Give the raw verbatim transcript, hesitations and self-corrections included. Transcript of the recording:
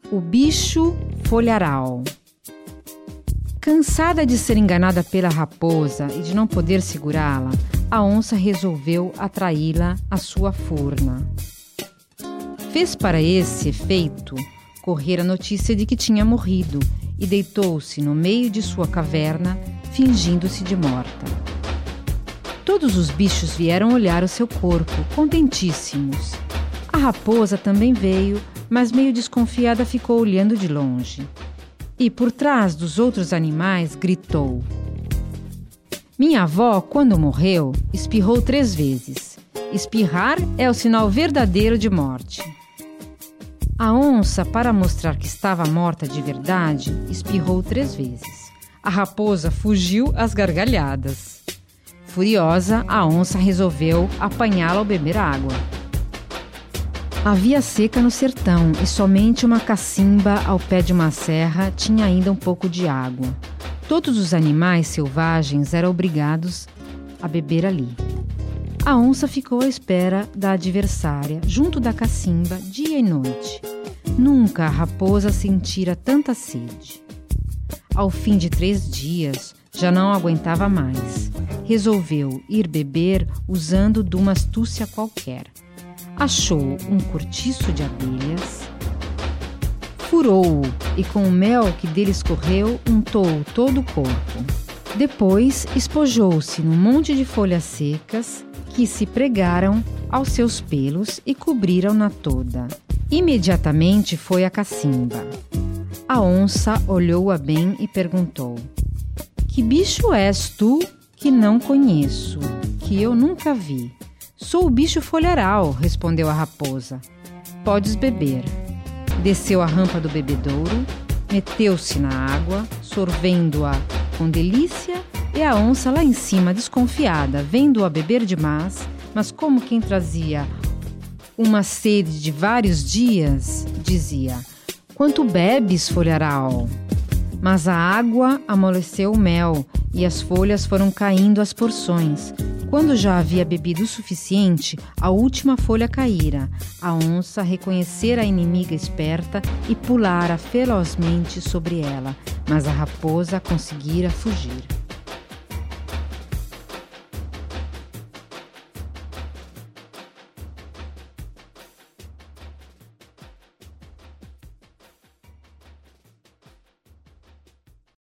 O bicho folharal. Cansada de ser enganada pela raposa e de não poder segurá-la, a onça resolveu atraí-la à sua furna. Fez para esse efeito correr a notícia de que tinha morrido e deitou-se no meio de sua caverna, fingindo-se de morta. Todos os bichos vieram olhar o seu corpo, contentíssimos. A raposa também veio, mas meio desconfiada ficou olhando de longe. E por trás dos outros animais gritou: "Minha avó, quando morreu, espirrou três vezes. Espirrar é o sinal verdadeiro de morte." A onça, para mostrar que estava morta de verdade, espirrou três vezes. A raposa fugiu às gargalhadas. Furiosa, a onça resolveu apanhá-la ao beber água. Havia seca no sertão e somente uma cacimba ao pé de uma serra tinha ainda um pouco de água. Todos os animais selvagens eram obrigados a beber ali. A onça ficou à espera da adversária, junto da cacimba, dia e noite. Nunca a raposa sentira tanta sede. Ao fim de três dias, já não aguentava mais. Resolveu ir beber usando de uma astúcia qualquer. Achou um cortiço de abelhas, furou-o e com o mel que dele escorreu, untou todo o corpo. Depois espojou-se num monte de folhas secas que se pregaram aos seus pelos e cobriram-na toda. Imediatamente foi a cacimba. A onça olhou-a bem e perguntou: "Que bicho és tu que não conheço, que eu nunca vi?" "Sou o bicho folharal", respondeu a raposa. "Podes beber." Desceu a rampa do bebedouro, meteu-se na água, sorvendo-a com delícia, e a onça lá em cima, desconfiada, vendo-a beber demais, mas como quem trazia uma sede de vários dias, dizia: "Quanto bebes, folharal?" Mas a água amoleceu o mel e as folhas foram caindo às porções. Quando já havia bebido o suficiente, a última folha caíra. A onça reconhecera a inimiga esperta e pulara ferozmente sobre ela, mas a raposa conseguira fugir.